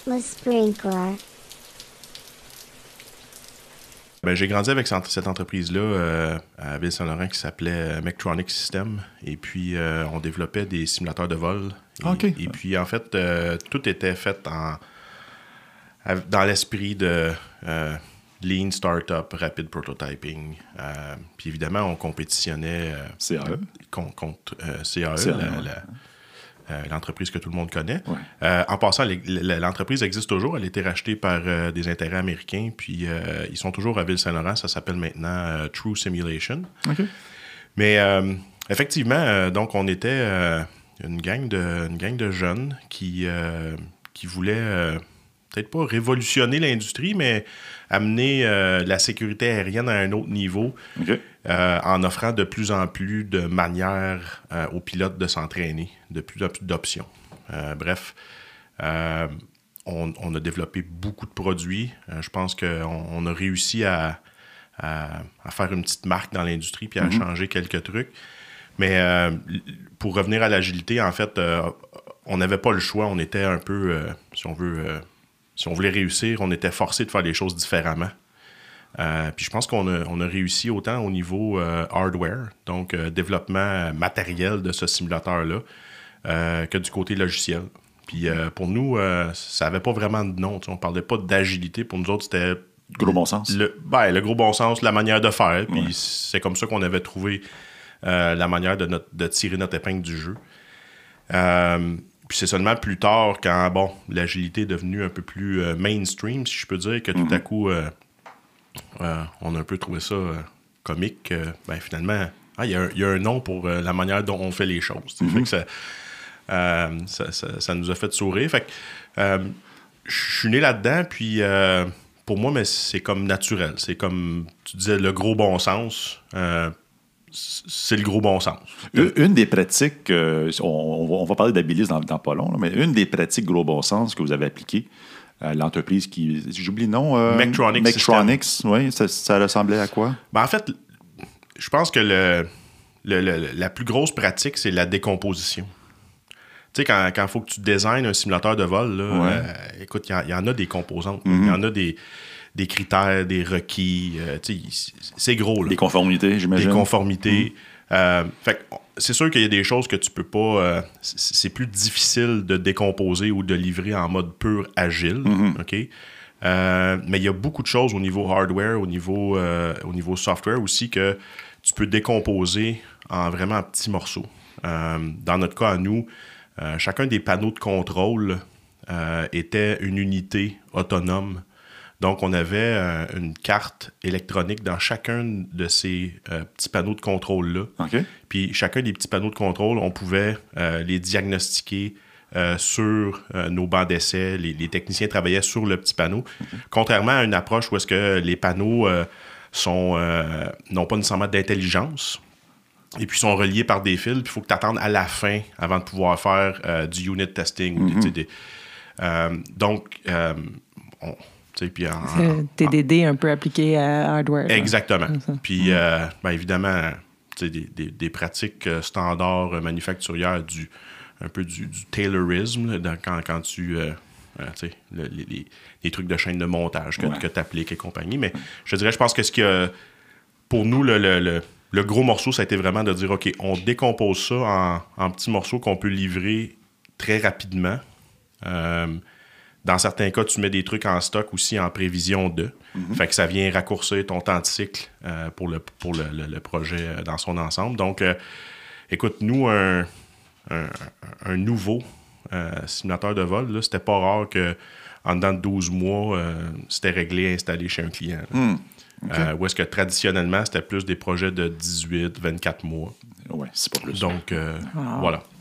brushless sprinkler. Ben, j'ai grandi avec cette entreprise-là à Ville-Saint-Laurent qui s'appelait Mectronic System. Et puis, on développait des simulateurs de vol. Et puis, en fait, tout était fait dans l'esprit de Lean Startup, Rapid Prototyping. Puis, évidemment, on compétitionnait contre CAE, l'entreprise que tout le monde connaît. Ouais. En passant, l'entreprise existe toujours. Elle a été rachetée par des intérêts américains. Puis, ils sont toujours à Ville-Saint-Laurent. Ça s'appelle maintenant True Simulation. Okay. Mais effectivement, donc, on était une gang de jeunes qui voulaient peut-être pas révolutionner l'industrie, mais amener la sécurité aérienne à un autre niveau. Okay. En offrant de plus en plus de manières aux pilotes de s'entraîner, de plus en plus d'options. Bref, on a développé beaucoup de produits. Je pense qu'on a réussi à faire une petite marque dans l'industrie puis à changer quelques trucs. Mais pour revenir à l'agilité, en fait, on n'avait pas le choix. On était un peu, si on voulait réussir, on était forcé de faire les choses différemment. Puis je pense qu'on a réussi autant au niveau hardware, donc développement matériel de ce simulateur-là, que du côté logiciel. Puis pour nous, ça n'avait pas vraiment de nom. On ne parlait pas d'agilité. Pour nous autres, c'était... Gros bon sens. Le gros bon sens, la manière de faire. Puis c'est comme ça qu'on avait trouvé la manière de tirer notre épingle du jeu. Puis c'est seulement plus tard, quand l'agilité est devenue un peu plus mainstream, si je peux dire, que tout à coup... on a un peu trouvé ça comique. Finalement, il y a un nom pour la manière dont on fait les choses. Fait que ça nous a fait sourire. Fait que je suis né là-dedans, puis pour moi, mais c'est comme naturel. C'est comme, tu disais, le gros bon sens. C'est le gros bon sens. Une des pratiques, on va parler d'Abilis dans pas long, là, mais une des pratiques gros bon sens que vous avez appliquées, l'entreprise qui... J'oublie le nom. Mectronics, oui. Ça ressemblait à quoi? En fait, je pense que la plus grosse pratique, c'est la décomposition. Tu sais, quand il faut que tu designes un simulateur de vol, là, écoute, il y en a des composantes. Il y en a des critères, des requis. C'est gros. Là. Des conformités, j'imagine. Des conformités. Fait que c'est sûr qu'il y a des choses que tu peux pas... c'est plus difficile de décomposer ou de livrer en mode pur agile. OK? Mais il y a beaucoup de choses au niveau hardware, au niveau software aussi, que tu peux décomposer en vraiment petits morceaux. Dans notre cas, à nous, chacun des panneaux de contrôle était une unité autonome. Donc, on avait une carte électronique dans chacun de ces petits panneaux de contrôle-là. Okay. Puis, chacun des petits panneaux de contrôle, on pouvait les diagnostiquer sur nos bancs d'essai. Les techniciens travaillaient sur le petit panneau. Contrairement à une approche où est-ce que les panneaux n'ont pas nécessairement d'intelligence et puis sont reliés par des fils. Puis, il faut que tu attendes à la fin avant de pouvoir faire du unit testing. Puis TDD un peu appliqué à hardware. Exactement. Puis, évidemment, des pratiques standards manufacturières, un peu du taylorisme, là, quand tu... les trucs de chaîne de montage que tu appliques et compagnie. Mais je dirais, je pense que ce qui a... Pour nous, le gros morceau, ça a été vraiment de dire, OK, on décompose ça en petits morceaux qu'on peut livrer très rapidement. Dans certains cas, tu mets des trucs en stock aussi en prévision de. Fait que ça vient raccourcir ton temps de cycle pour le projet dans son ensemble. Donc, écoute, nous, un nouveau simulateur de vol, là, c'était pas rare qu'en dedans de 12 mois, c'était réglé et installé chez un client. Où est-ce que traditionnellement, c'était plus des projets de 18, 24 mois. Oui, c'est pas plus. Donc, voilà.